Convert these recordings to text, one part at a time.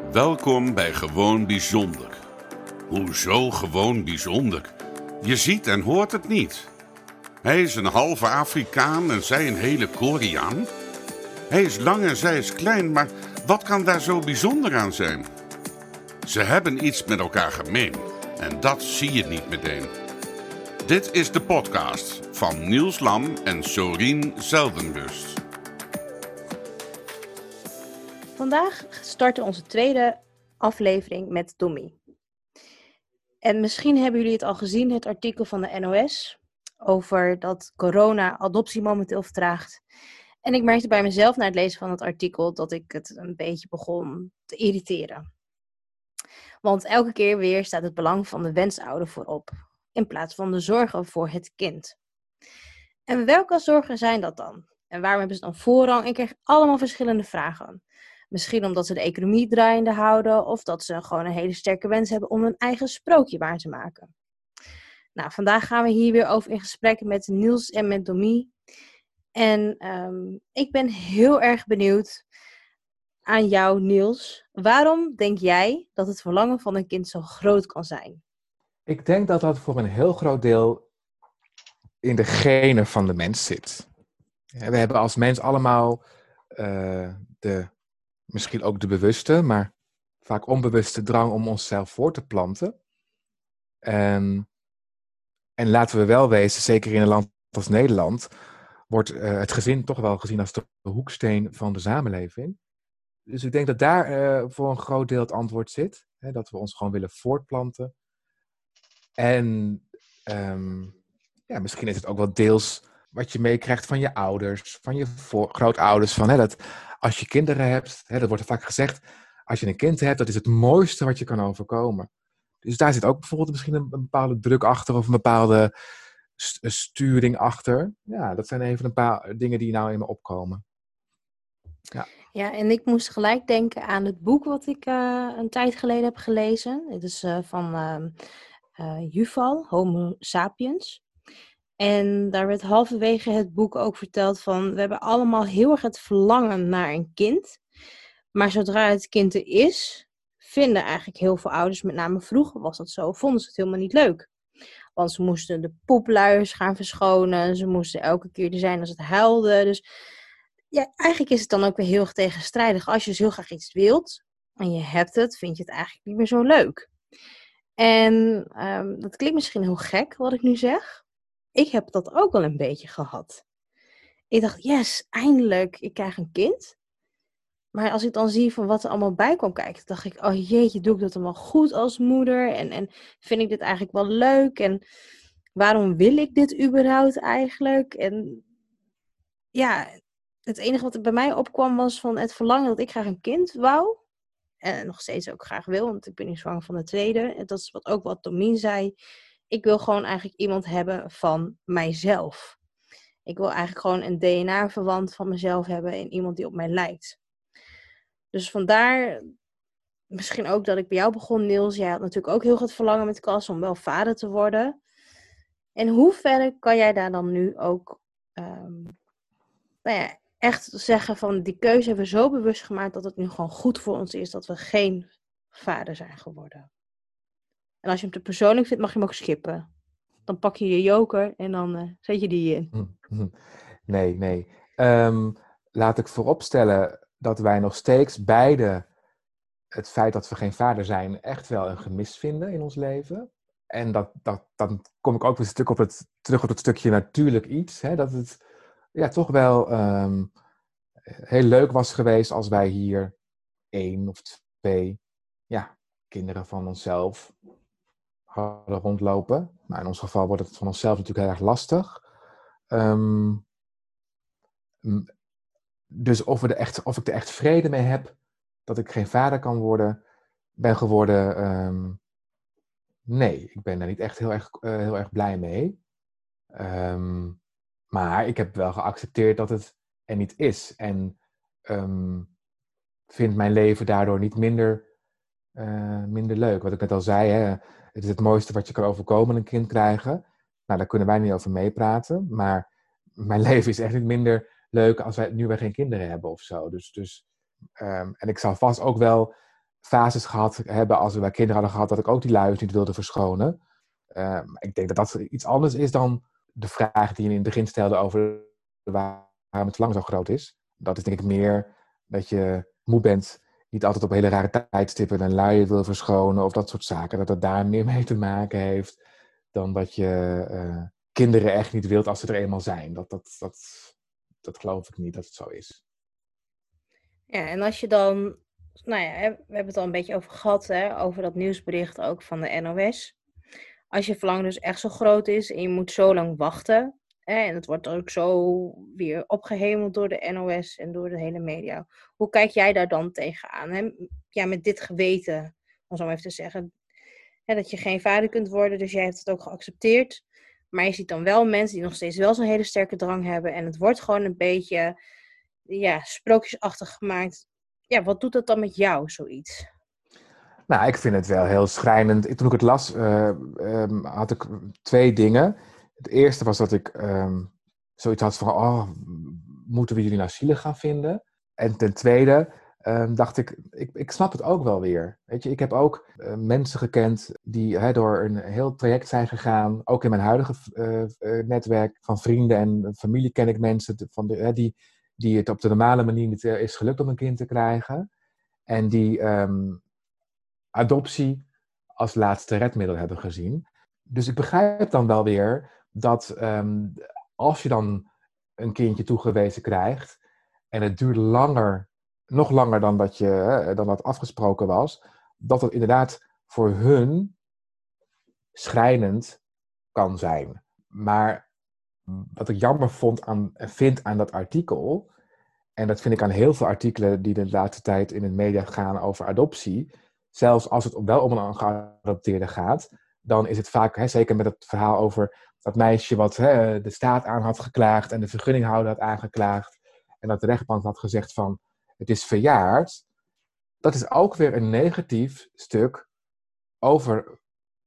Welkom bij Gewoon Bijzonder. Hoezo gewoon bijzonder? Je ziet en hoort het niet. Hij is een halve Afrikaan en zij een hele Koreaan. Hij is lang en zij is klein, maar wat kan daar zo bijzonder aan zijn? Ze hebben iets met elkaar gemeen en dat zie je niet meteen. Dit is de podcast van Niels Lam en Sorien Zeldenrust. Vandaag starten onze tweede aflevering met Tommy. En misschien hebben jullie het al gezien, het artikel van de NOS over dat corona adoptie momenteel vertraagt. En ik merkte bij mezelf na het lezen van het artikel dat ik het een beetje begon te irriteren. Want elke keer weer staat het belang van de wensouder voorop, in plaats van de zorgen voor het kind. En welke zorgen zijn dat dan? En waarom hebben ze dan voorrang? Ik kreeg allemaal verschillende vragen. Misschien omdat ze de economie draaiende houden of dat ze gewoon een hele sterke wens hebben om hun eigen sprookje waar te maken. Nou, vandaag gaan we hier weer over in gesprek met Niels en met Domie. En ik ben heel erg benieuwd aan jou, Niels. Waarom denk jij dat het verlangen van een kind zo groot kan zijn? Ik denk dat dat voor een heel groot deel in de genen van de mens zit. We hebben als mens allemaal misschien ook de bewuste, maar vaak onbewuste drang om onszelf voor te planten. En laten we wel wezen, zeker in een land als Nederland, wordt het gezin toch wel gezien als de hoeksteen van de samenleving. Dus ik denk dat daar voor een groot deel het antwoord zit. Hè, dat we ons gewoon willen voortplanten. En misschien is het ook wel deels wat je meekrijgt van je ouders, van je grootouders. Dat als je kinderen hebt, dat wordt er vaak gezegd, als je een kind hebt, dat is het mooiste wat je kan overkomen. Dus daar zit ook bijvoorbeeld misschien een bepaalde druk achter of een bepaalde sturing achter. Ja, dat zijn even een paar dingen die nou in me opkomen. Ja, en ik moest gelijk denken aan het boek wat ik een tijd geleden heb gelezen. Het is van Yuval, Homo sapiens. En daar werd halverwege het boek ook verteld van, we hebben allemaal heel erg het verlangen naar een kind. Maar zodra het kind er is, vinden eigenlijk heel veel ouders, met name vroeger was dat zo, vonden ze het helemaal niet leuk. Want ze moesten de poepluiers gaan verschonen, ze moesten elke keer er zijn als het huilde. Dus ja, eigenlijk is het dan ook weer heel erg tegenstrijdig. Als je dus heel graag iets wilt en je hebt het, vind je het eigenlijk niet meer zo leuk. En dat klinkt misschien heel gek wat ik nu zeg. Ik heb dat ook wel een beetje gehad. Ik dacht, yes, eindelijk, ik krijg een kind. Maar als ik dan zie van wat er allemaal bij kwam kijken, dacht ik, oh jeetje, doe ik dat allemaal goed als moeder? En vind ik dit eigenlijk wel leuk? En waarom wil ik dit überhaupt eigenlijk? En ja, het enige wat er bij mij opkwam was van het verlangen dat ik graag een kind wou. En nog steeds ook graag wil, want ik ben nu zwanger van de tweede. En dat is ook wat Tomien zei. Ik wil gewoon eigenlijk iemand hebben van mijzelf. Ik wil eigenlijk gewoon een DNA-verwant van mezelf hebben en iemand die op mij lijkt. Dus vandaar misschien ook dat ik bij jou begon, Niels. Jij had natuurlijk ook heel goed verlangen met Cas om wel vader te worden. En hoe ver kan jij daar dan nu ook echt zeggen van die keuze hebben we zo bewust gemaakt dat het nu gewoon goed voor ons is dat we geen vader zijn geworden. En als je hem te persoonlijk vindt, mag je hem ook skippen. Dan pak je je joker en dan zet je die in. Nee. Laat ik vooropstellen dat wij nog steeds beide het feit dat we geen vader zijn echt wel een gemis vinden in ons leven. En dan kom ik ook weer terug op het stukje natuurlijk iets. Hè, dat het toch wel heel leuk was geweest als wij hier 1 of 2 kinderen van onszelf hadden rondlopen. Nou, in ons geval wordt het van onszelf natuurlijk heel erg lastig. Dus of ik er echt vrede mee heb dat ik geen vader ben geworden, nee, ik ben daar niet echt heel erg blij mee. Maar ik heb wel geaccepteerd dat het er niet is. En vind mijn leven daardoor niet minder leuk. Wat ik net al zei, hè, het is het mooiste wat je kan overkomen, een kind krijgen. Nou, daar kunnen wij niet over meepraten. Maar mijn leven is echt niet minder leuk als nu wij geen kinderen hebben of zo. En ik zal vast ook wel fases gehad hebben als we bij kinderen hadden gehad, dat ik ook die luiers niet wilde verschonen. Maar ik denk dat dat iets anders is dan de vraag die je in het begin stelde over waarom het lang zo groot is. Dat is denk ik meer dat je moe bent, niet altijd op hele rare tijdstippen een luier wil verschonen of dat soort zaken. Dat het daar meer mee te maken heeft dan dat je kinderen echt niet wilt als ze er eenmaal zijn. Dat geloof ik niet dat het zo is. Ja, en als je dan, nou ja, we hebben het al een beetje over gehad, hè, over dat nieuwsbericht ook van de NOS. Als je verlangen dus echt zo groot is en je moet zo lang wachten, hè, en het wordt ook zo weer opgehemeld door de NOS en door de hele media. Hoe kijk jij daar dan tegenaan? Hè? Ja, met dit geweten, om zo maar even te zeggen, hè, dat je geen vader kunt worden, dus jij hebt het ook geaccepteerd. Maar je ziet dan wel mensen die nog steeds wel zo'n hele sterke drang hebben en het wordt gewoon een beetje, ja, sprookjesachtig gemaakt. Ja, wat doet dat dan met jou, zoiets? Nou, ik vind het wel heel schrijnend. Toen ik het las, had ik 2 dingen. Het eerste was dat ik zoiets had van, moeten we jullie nou zielig gaan vinden? En ten tweede dacht ik snap het ook wel weer. Weet je, ik heb ook mensen gekend die door een heel traject zijn gegaan. Ook in mijn huidige netwerk van vrienden en familie ken ik mensen die het op de normale manier niet is gelukt om een kind te krijgen. En die adoptie als laatste redmiddel hebben gezien. Dus ik begrijp dan wel weer dat als je dan een kindje toegewezen krijgt en het duurt nog langer dan dat afgesproken was, dat het inderdaad voor hun schrijnend kan zijn. Maar wat ik jammer vind aan dat artikel, en dat vind ik aan heel veel artikelen die de laatste tijd in de media gaan over adoptie, zelfs als het wel om een geadopteerde gaat, dan is het vaak, zeker met het verhaal over dat meisje wat de staat aan had geklaagd en de vergunninghouder had aangeklaagd en dat de rechtbank had gezegd van het is verjaard. Dat is ook weer een negatief stuk over,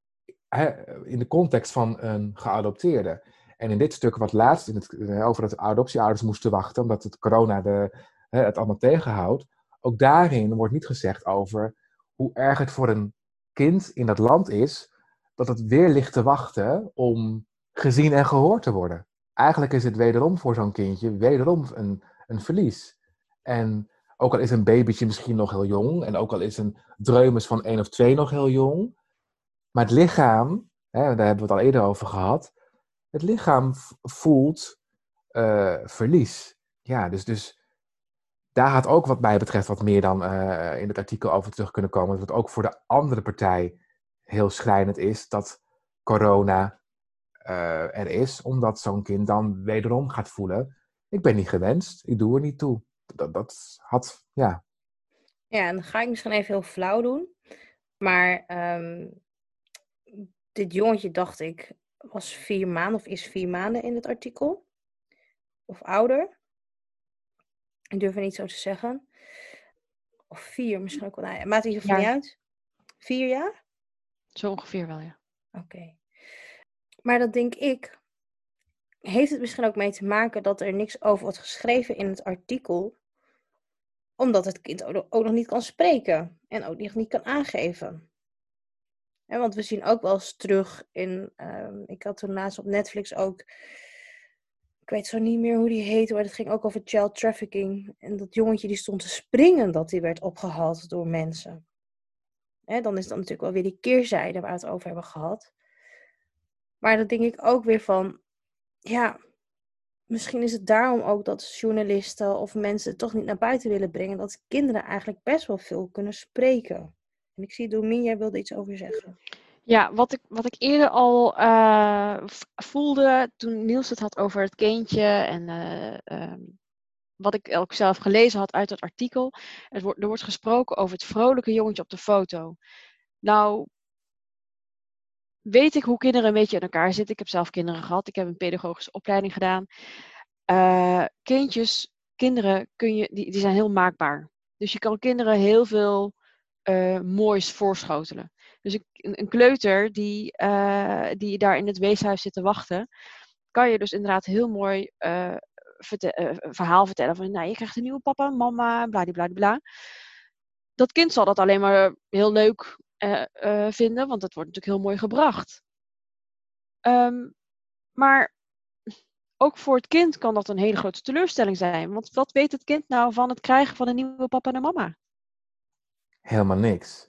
in de context van een geadopteerde. En in dit stuk wat laatst, over dat adoptieouders moesten wachten omdat het corona het allemaal tegenhoudt, ook daarin wordt niet gezegd over hoe erg het voor een kind in dat land is, dat het weer ligt te wachten om gezien en gehoord te worden. Eigenlijk is het wederom voor zo'n kindje wederom een verlies. En ook al is een babytje misschien nog heel jong, en ook al is een dreumes van 1 of 2 nog heel jong, maar het lichaam, daar hebben we het al eerder over gehad, het lichaam voelt verlies. Ja, dus daar had ook wat mij betreft wat meer dan in het artikel over terug kunnen komen. Dat het ook voor de andere partij heel schrijnend is dat corona er is. Omdat zo'n kind dan wederom gaat voelen, ik ben niet gewenst, ik doe er niet toe. Dat had, ja. Ja, en dan ga ik misschien even heel flauw doen. Maar dit jongetje, dacht ik, was 4 maanden of is 4 maanden in het artikel. Of ouder. Ik durf het niet zo te zeggen. Of 4 misschien ook wel. Nou, maakt het hier niet uit? 4 jaar? Zo ongeveer wel, ja. Oké. Maar dat denk ik, heeft het misschien ook mee te maken dat er niks over wordt geschreven in het artikel, omdat het kind ook nog niet kan spreken en ook nog niet kan aangeven. En want we zien ook wel eens terug in, ik had toen laatst op Netflix ook, ik weet zo niet meer hoe die heette, maar het ging ook over child trafficking. En dat jongetje die stond te springen dat die werd opgehaald door mensen. Dan is dat natuurlijk wel weer die keerzijde waar we het over hebben gehad. Maar dan denk ik ook weer van, ja, misschien is het daarom ook dat journalisten of mensen het toch niet naar buiten willen brengen, dat kinderen eigenlijk best wel veel kunnen spreken. En ik zie Domien, jij wilde iets over zeggen. Ja, wat ik eerder al voelde toen Niels het had over het kindje en wat ik ook zelf gelezen had uit dat artikel. Er wordt gesproken over het vrolijke jongetje op de foto. Nou, weet ik hoe kinderen een beetje in elkaar zitten. Ik heb zelf kinderen gehad. Ik heb een pedagogische opleiding gedaan. Kinderen die zijn heel maakbaar. Dus je kan kinderen heel veel moois voorschotelen. Dus een kleuter die daar in het weeshuis zit te wachten, kan je dus inderdaad heel mooi verhaal vertellen van, nou, je krijgt een nieuwe papa, mama, bladibladibla. dat kind zal dat alleen maar heel leuk vinden, want het wordt natuurlijk heel mooi gebracht. Maar ook voor het kind kan dat een hele grote teleurstelling zijn. Want wat weet het kind nou van het krijgen van een nieuwe papa en mama? Helemaal niks.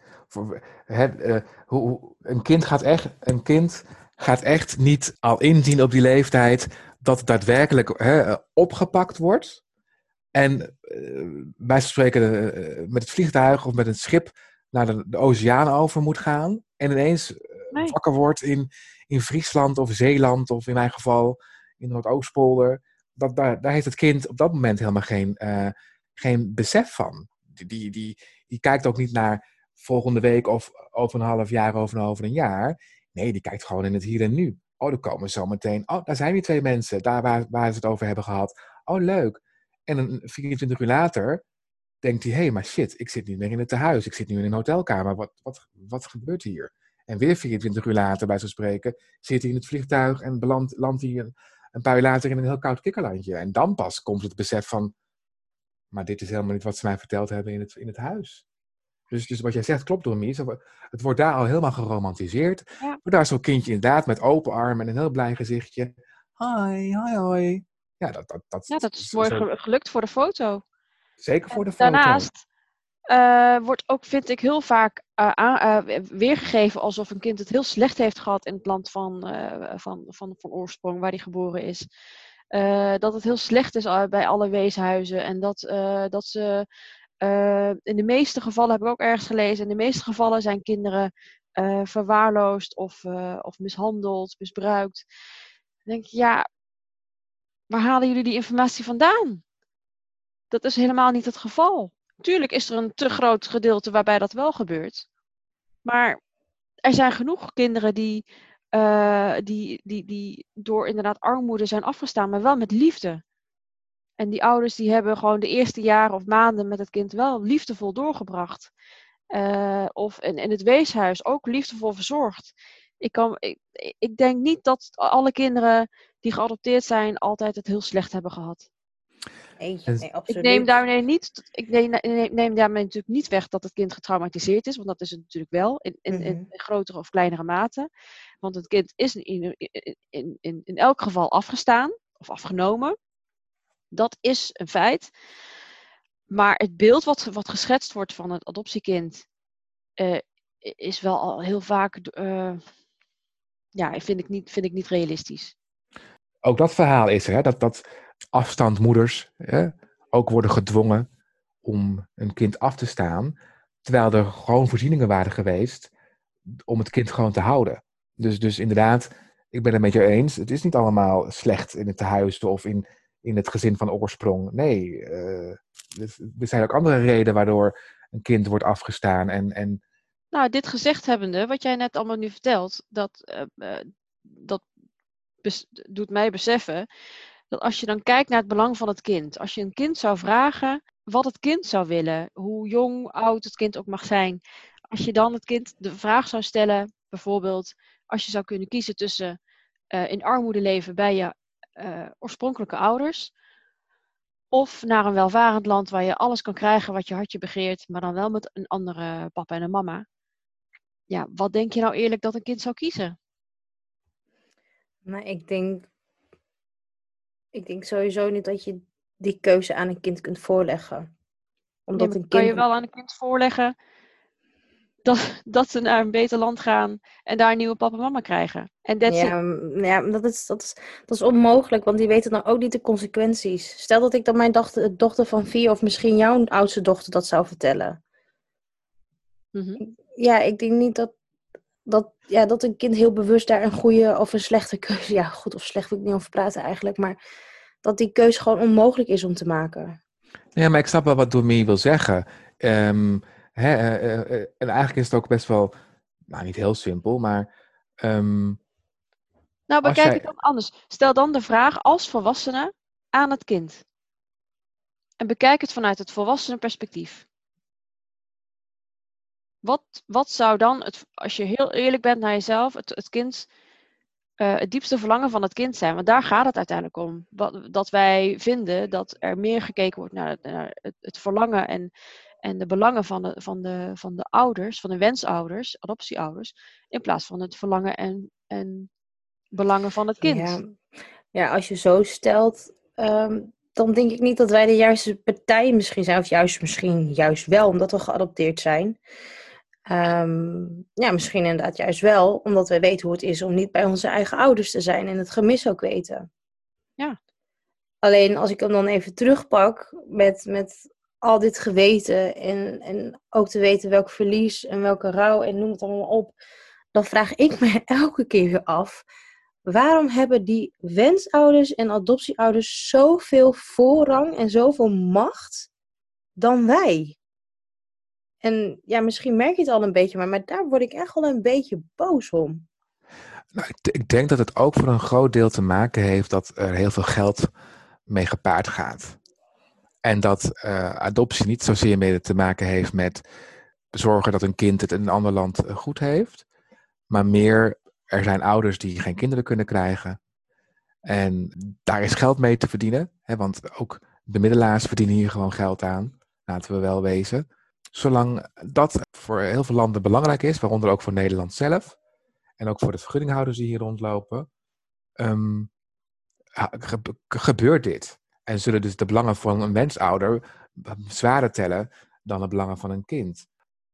Een kind gaat echt niet al inzien op die leeftijd dat het daadwerkelijk opgepakt wordt. En bij spreken met het vliegtuig of met een schip naar de oceaan over moet gaan. En ineens wakker wordt in Friesland of Zeeland of in mijn geval in Noordoostpolder. Daar heeft het kind op dat moment helemaal geen besef van. Die kijkt ook niet naar volgende week of over een half jaar of over een jaar. Nee, die kijkt gewoon in het hier en nu. Oh, er komen zo meteen. Oh, daar zijn die 2 mensen. Daar waar ze het over hebben gehad. Oh, leuk. En een 24 uur later denkt hij, maar shit, ik zit niet meer in het tehuis. Ik zit nu in een hotelkamer. Wat gebeurt hier? En weer 24 uur later, bij zo'n spreken, zit hij in het vliegtuig en landt hij een paar uur later in een heel koud kikkerlandje. En dan pas komt het besef van, maar dit is helemaal niet wat ze mij verteld hebben in het huis. Dus wat jij zegt klopt, Dormies. Het wordt daar al helemaal geromantiseerd. Ja. Maar daar is zo'n kindje inderdaad met open armen en een heel blij gezichtje. Hoi, hoi, hoi. Ja, dat is mooi gelukt voor de foto. Zeker voor de foto. Daarnaast wordt ook, vind ik, heel vaak weergegeven alsof een kind het heel slecht heeft gehad in het land van oorsprong, waar hij geboren is. Dat het heel slecht is bij alle weeshuizen. En dat ze in de meeste gevallen, heb ik ook ergens gelezen, in de meeste gevallen zijn kinderen verwaarloosd of mishandeld, misbruikt. Dan denk je, waar halen jullie die informatie vandaan? Dat is helemaal niet het geval. Tuurlijk is er een te groot gedeelte waarbij dat wel gebeurt. Maar er zijn genoeg kinderen die door inderdaad armoede zijn afgestaan, maar wel met liefde. En die ouders die hebben gewoon de eerste jaren of maanden met het kind wel liefdevol doorgebracht. Of in het weeshuis ook liefdevol verzorgd. Ik denk niet dat alle kinderen die geadopteerd zijn altijd het heel slecht hebben gehad. Nee, absoluut. Ik neem daarmee natuurlijk niet weg dat het kind getraumatiseerd is, want dat is het natuurlijk wel, in grotere of kleinere mate. Want het kind is in elk geval afgestaan of afgenomen. Dat is een feit. Maar het beeld wat geschetst wordt van het adoptiekind is wel al heel vaak, vind ik niet realistisch. Ook dat verhaal is er, hè? Dat afstandmoeders ook worden gedwongen om een kind af te staan, terwijl er gewoon voorzieningen waren geweest om het kind gewoon te houden. Dus inderdaad, ik ben het met je eens. Het is niet allemaal slecht in het tehuis of in het gezin van oorsprong. Nee, er zijn ook andere redenen waardoor een kind wordt afgestaan. Nou, dit gezegd hebbende, wat jij net allemaal nu vertelt, dat doet mij beseffen dat als je dan kijkt naar het belang van het kind, als je een kind zou vragen wat het kind zou willen, hoe jong, oud het kind ook mag zijn, als je dan het kind de vraag zou stellen, bijvoorbeeld, als je zou kunnen kiezen tussen in armoede leven bij je oorspronkelijke ouders, of naar een welvarend land waar je alles kan krijgen wat je hartje begeert, maar dan wel met een andere papa en een mama. Ja, wat denk je nou eerlijk dat een kind zou kiezen? Nou, ik denk sowieso niet dat je die keuze aan een kind kunt voorleggen. Omdat kan je wel aan een kind voorleggen dat ze naar een beter land gaan en daar een nieuwe papa en mama krijgen. En dat is onmogelijk, want die weten dan ook niet de consequenties. Stel dat ik dan mijn dochter van 4 of misschien jouw oudste dochter dat zou vertellen. Mm-hmm. Ja, ik denk niet dat een kind heel bewust daar een goede of een slechte keuze... Ja, goed of slecht wil ik niet over praten eigenlijk, maar dat die keuze gewoon onmogelijk is om te maken. Ja, maar ik snap wel wat Dormie wil zeggen. En eigenlijk is het ook best wel, nou niet heel simpel, maar... bekijk het dan anders. Stel dan de vraag als volwassene aan het kind. En bekijk het vanuit het volwassene perspectief. Wat zou dan, als je heel eerlijk bent naar jezelf, het diepste verlangen van het kind zijn? Want daar gaat het uiteindelijk om. Dat wij vinden dat er meer gekeken wordt naar het verlangen en de belangen van de ouders, van de wensouders, adoptieouders, in plaats van het verlangen en belangen van het kind. Ja, als je zo stelt, dan denk ik niet dat wij de juiste partij misschien zijn. Of misschien juist wel, omdat we geadopteerd zijn. Misschien inderdaad juist wel, omdat we weten hoe het is om niet bij onze eigen ouders te zijn. En het gemis ook weten. Ja. Alleen als ik hem dan even terugpak met al dit geweten. En ook te weten welk verlies en welke rouw en noem het allemaal op. Dan vraag ik me elke keer weer af. Waarom hebben die wensouders en adoptieouders zoveel voorrang en zoveel macht dan wij? En ja, misschien merk je het al een beetje, maar daar word ik echt wel een beetje boos om. Nou, ik denk dat het ook voor een groot deel te maken heeft dat er heel veel geld mee gepaard gaat. En dat adoptie niet zozeer mee te maken heeft met zorgen dat een kind het in een ander land goed heeft. Maar meer, er zijn ouders die geen kinderen kunnen krijgen. En daar is geld mee te verdienen. Hè, want ook bemiddelaars verdienen hier gewoon geld aan. Laten we wel wezen. Zolang dat voor heel veel landen belangrijk is, waaronder ook voor Nederland zelf. En ook voor de vergunninghouders die hier rondlopen. Gebeurt dit. En zullen dus de belangen van een wensouder zwaarder tellen dan de belangen van een kind.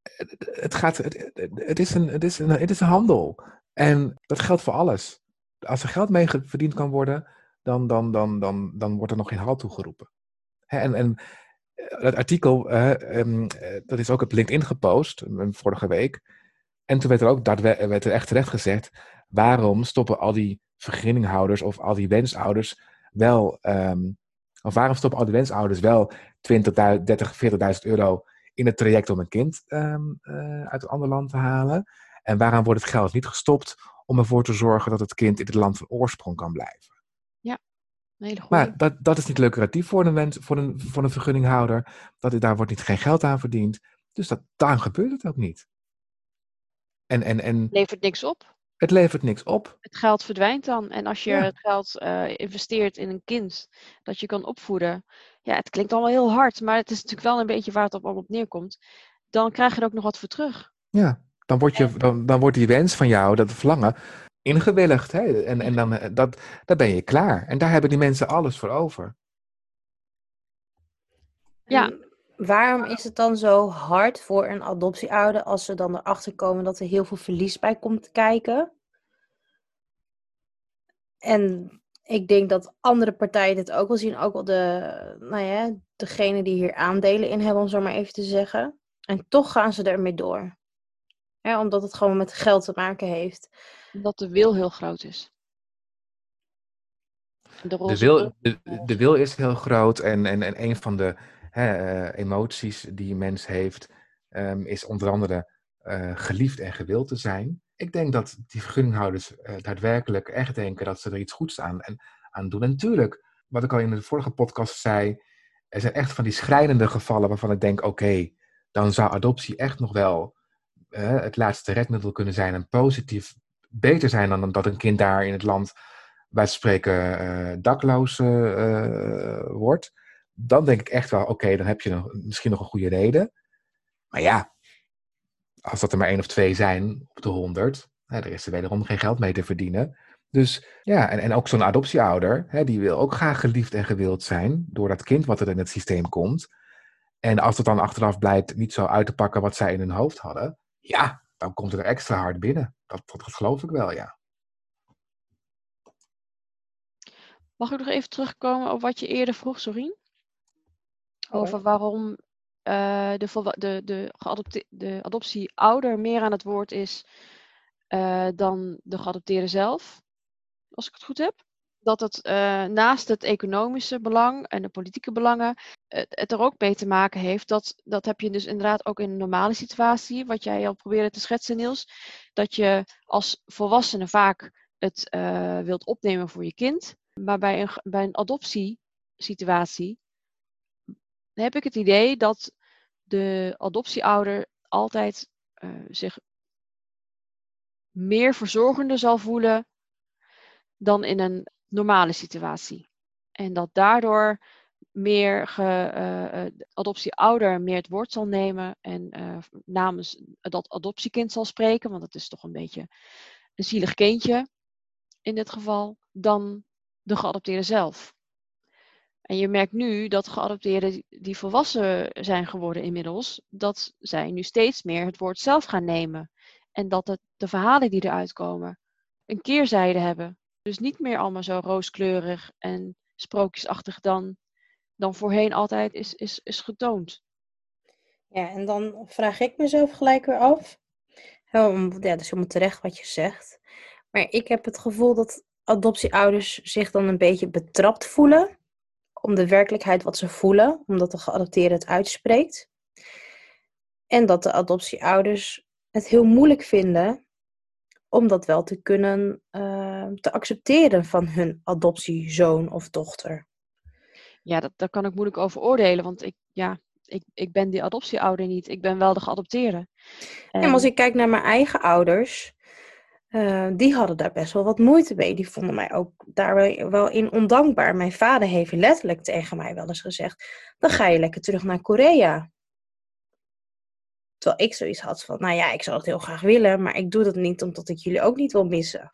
Het is een handel. En dat geldt voor alles. Als er geld mee verdiend kan worden, dan wordt er nog geen halt toegeroepen. En dat artikel, dat is ook op LinkedIn gepost, vorige week. En toen werd er echt terecht gezegd, waarom stoppen al die vergunninghouders of al die wensouders wel, of waarom stoppen al die wensouders wel 20, 30, 40.000 euro in het traject om een kind uit een ander land te halen? En waarom wordt het geld niet gestopt om ervoor te zorgen dat het kind in het land van oorsprong kan blijven? Ja, een hele goeie. Maar dat is niet lucratief voor een vergunninghouder. Daar wordt geen geld aan verdiend. Dus daarom gebeurt het ook niet. Levert niks op. Het levert niks op. Het geld verdwijnt dan. En als je het geld investeert in een kind dat je kan opvoeden. Ja, het klinkt allemaal heel hard. Maar het is natuurlijk wel een beetje waar het op neerkomt. Dan krijg je er ook nog wat voor terug. Ja, dan wordt die wens van jou, dat verlangen, ingewilligd. Hè? En dan ben je klaar. En daar hebben die mensen alles voor over. Ja. Waarom is het dan zo hard voor een adoptieouder als ze dan erachter komen dat er heel veel verlies bij komt kijken? En ik denk dat andere partijen dit ook wel zien. Ook wel degene die hier aandelen in hebben, om zo maar even te zeggen. En toch gaan ze ermee door. Ja, omdat het gewoon met geld te maken heeft. Omdat de wil heel groot is. De wil is heel groot en een van de emoties die een mens heeft, is onder andere geliefd en gewild te zijn. Ik denk dat die vergunninghouders daadwerkelijk echt denken dat ze er iets goeds aan doen. En natuurlijk, wat ik al in de vorige podcast zei, er zijn echt van die schrijnende gevallen waarvan ik denk, oké, dan zou adoptie echt nog wel het laatste redmiddel kunnen zijn en positief beter zijn dan dat een kind daar in het land bij spreken dakloos wordt. Dan denk ik echt wel, oké, dan heb je misschien nog een goede reden. Maar ja, als dat er maar 1 of 2 zijn op de 100, er is er wederom geen geld mee te verdienen. Dus ja, en ook zo'n adoptieouder, die wil ook graag geliefd en gewild zijn door dat kind wat er in het systeem komt. En als het dan achteraf blijkt niet zo uit te pakken wat zij in hun hoofd hadden, ja, dan komt het er extra hard binnen. Dat geloof ik wel, ja. Mag ik nog even terugkomen op wat je eerder vroeg, Sorien? Over waarom de adoptieouder meer aan het woord is dan de geadopteerde zelf. Als ik het goed heb. Dat het naast het economische belang en de politieke belangen het er ook mee te maken heeft. Dat heb je dus inderdaad ook in een normale situatie. Wat jij al probeerde te schetsen, Niels. Dat je als volwassene vaak het wilt opnemen voor je kind. Maar bij een adoptiesituatie heb ik het idee dat de adoptieouder altijd zich meer verzorgende zal voelen dan in een normale situatie. En dat daardoor de adoptieouder meer het woord zal nemen en namens dat adoptiekind zal spreken, want het is toch een beetje een zielig kindje in dit geval, dan de geadopteerde zelf. En je merkt nu dat geadopteerden die volwassen zijn geworden inmiddels, dat zij nu steeds meer het woord zelf gaan nemen. En dat de verhalen die eruit komen een keerzijde hebben. Dus niet meer allemaal zo rooskleurig en sprookjesachtig dan voorheen altijd is getoond. Ja, en dan vraag ik mezelf gelijk weer af. Ja, dat is helemaal terecht wat je zegt. Maar ik heb het gevoel dat adoptieouders zich dan een beetje betrapt voelen. Om de werkelijkheid wat ze voelen, omdat de geadopteerde het uitspreekt. En dat de adoptieouders het heel moeilijk vinden om dat wel te kunnen te accepteren van hun adoptiezoon of dochter. Ja, daar kan ik moeilijk over oordelen, want ik ben die adoptieouder niet. Ik ben wel de geadopteerde. En maar als ik kijk naar mijn eigen ouders, die hadden daar best wel wat moeite mee. Die vonden mij ook daar wel in ondankbaar. Mijn vader heeft letterlijk tegen mij wel eens gezegd, dan ga je lekker terug naar Korea. Terwijl ik zoiets had van, nou ja, ik zou het heel graag willen, maar ik doe dat niet omdat ik jullie ook niet wil missen.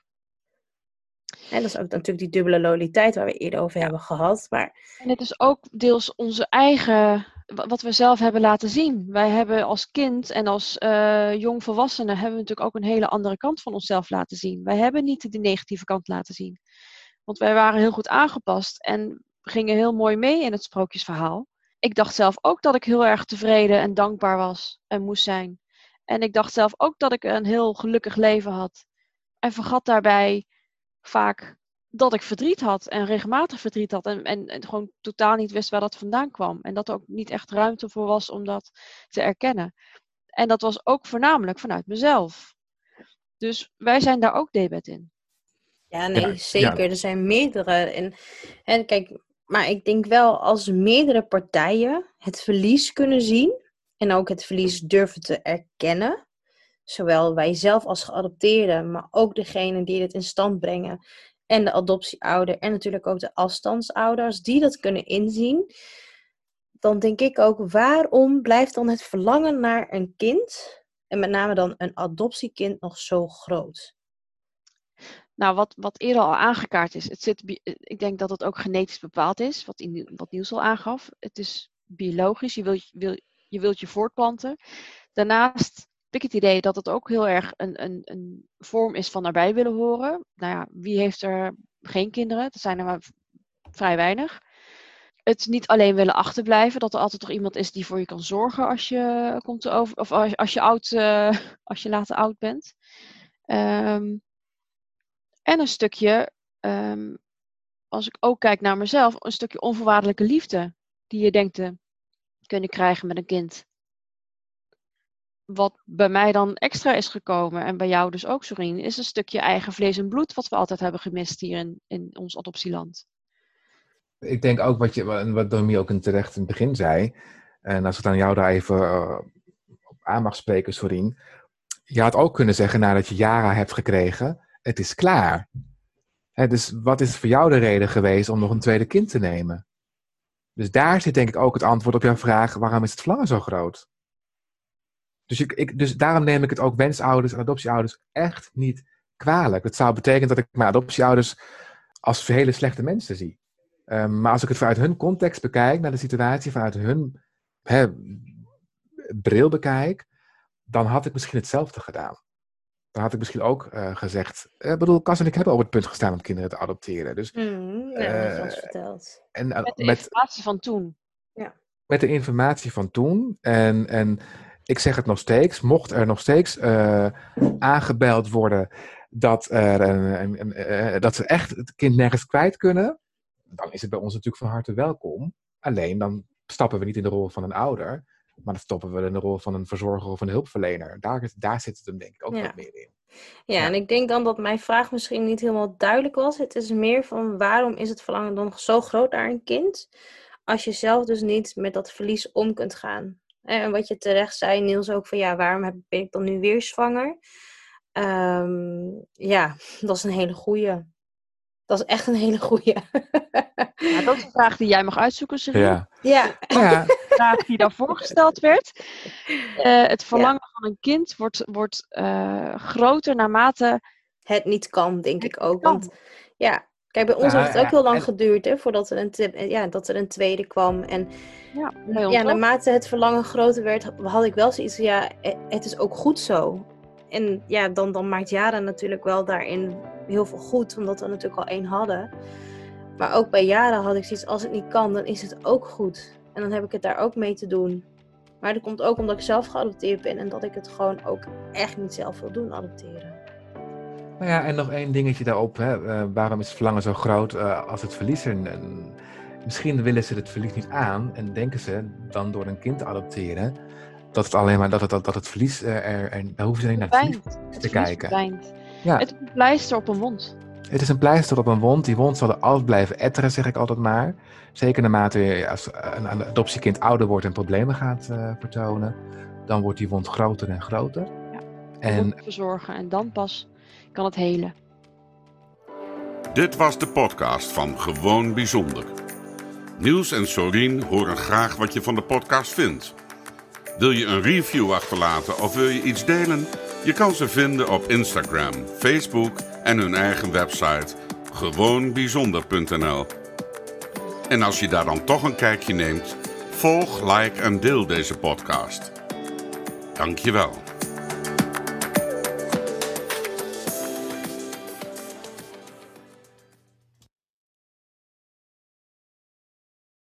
En dat is ook natuurlijk die dubbele loyaliteit waar we eerder over hebben gehad. Maar... En het is ook deels onze eigen, wat we zelf hebben laten zien. Wij hebben als kind en als jongvolwassenen hebben we natuurlijk ook een hele andere kant van onszelf laten zien. Wij hebben niet de negatieve kant laten zien. Want wij waren heel goed aangepast en gingen heel mooi mee in het sprookjesverhaal. Ik dacht zelf ook dat ik heel erg tevreden en dankbaar was en moest zijn. En ik dacht zelf ook dat ik een heel gelukkig leven had. En vergat daarbij vaak dat ik verdriet had en regelmatig verdriet had en gewoon totaal niet wist waar dat vandaan kwam. En dat er ook niet echt ruimte voor was om dat te erkennen. En dat was ook voornamelijk vanuit mezelf. Dus wij zijn daar ook debet in. Ja, nee, zeker. Ja. Er zijn meerdere. En kijk, maar ik denk wel als meerdere partijen het verlies kunnen zien en ook het verlies durven te erkennen, zowel wij zelf als geadopteerden, maar ook degene die het in stand brengen en de adoptieouder en natuurlijk ook de afstandsouders, die dat kunnen inzien, dan denk ik ook, waarom blijft dan het verlangen naar een kind, en met name dan een adoptiekind, nog zo groot? Nou, wat eerder al aangekaart is, ik denk dat het ook genetisch bepaald is, wat Niels al aangaf. Het is biologisch, je wilt je voortplanten. Daarnaast heb ik het idee dat het ook heel erg een vorm is van erbij willen horen. Nou ja, wie heeft er geen kinderen? Dat zijn er maar vrij weinig. Het niet alleen willen achterblijven, dat er altijd toch iemand is die voor je kan zorgen als je komt over, of als je later oud bent. En een stukje, als ik ook kijk naar mezelf, een stukje onvoorwaardelijke liefde die je denkt te kunnen krijgen met een kind. Wat bij mij dan extra is gekomen, en bij jou dus ook, Sorien, is een stukje eigen vlees en bloed wat we altijd hebben gemist hier in ons adoptieland. Ik denk ook wat Domi ook terecht in het begin zei, en als ik aan jou daar even op aan mag spreken, Sorien. Je had ook kunnen zeggen, nadat je Yara hebt gekregen, het is klaar. Dus wat is voor jou de reden geweest om nog een tweede kind te nemen? Dus daar zit denk ik ook het antwoord op jouw vraag, waarom is het verlangen zo groot? Dus daarom neem ik het ook wensouders en adoptieouders echt niet kwalijk. Dat zou betekenen dat ik mijn adoptieouders als hele slechte mensen zie. Maar als ik het vanuit hun context bekijk, naar de situatie, vanuit hun bril bekijk, dan had ik misschien hetzelfde gedaan. Dan had ik misschien ook gezegd, Cas en ik hebben op het punt gestaan om kinderen te adopteren. Dus, dat je ons verteld. Met de informatie van toen. Ja. Met de informatie van toen. En ik zeg het nog steeds, mocht er nog steeds aangebeld worden dat ze echt het kind nergens kwijt kunnen, dan is het bij ons natuurlijk van harte welkom. Alleen dan stappen we niet in de rol van een ouder, maar dan stoppen we in de rol van een verzorger of een hulpverlener. Daar zit het hem denk ik ook wat meer in. Ja, en ik denk dan dat mijn vraag misschien niet helemaal duidelijk was. Het is meer van, waarom is het verlangen dan zo groot naar een kind, als je zelf dus niet met dat verlies om kunt gaan? En wat je terecht zei, Niels, ook van, ja, waarom ben ik dan nu weer zwanger? Ja, dat is een hele goeie. Dat is echt een hele goeie. Ja, dat is een vraag die jij mag uitzoeken, Serine. Ja. De vraag die daarvoor gesteld werd. Het verlangen van een kind wordt groter naarmate het niet kan, denk ik ook. Want ja, kijk, bij ons heeft het ook heel lang geduurd, hè, voordat dat er een tweede kwam. En naarmate het verlangen groter werd, had ik wel zoiets van, het is ook goed zo. En ja, dan maakt Yara natuurlijk wel daarin heel veel goed, omdat we natuurlijk al 1 hadden. Maar ook bij Yara had ik zoiets, als het niet kan, dan is het ook goed. En dan heb ik het daar ook mee te doen. Maar dat komt ook omdat ik zelf geadopteerd ben en dat ik het gewoon ook echt niet zelf wil doen, adopteren. Nou ja, en nog 1 dingetje daarop. Hè. Waarom is het verlangen zo groot als het verlies misschien willen ze het verlies niet aan en denken ze dan door een kind te adopteren dat het alleen maar dat het verlies daar hoeven ze niet naar het verlies te kijken. Ja. Het is een pleister op een wond. Het is een pleister op een wond. Die wond zal er altijd blijven etteren, zeg ik altijd maar. Zeker naarmate je als een adoptiekind ouder wordt en problemen gaat vertonen, dan wordt die wond groter en groter. Ja. En verzorgen en dan pas kan het helen. Dit was de podcast van Gewoon Bijzonder. Niels en Sorien horen graag wat je van de podcast vindt. Wil je een review achterlaten of wil je iets delen? Je kan ze vinden op Instagram, Facebook en hun eigen website gewoonbijzonder.nl. En als je daar dan toch een kijkje neemt, volg, like en deel deze podcast. Dank je wel.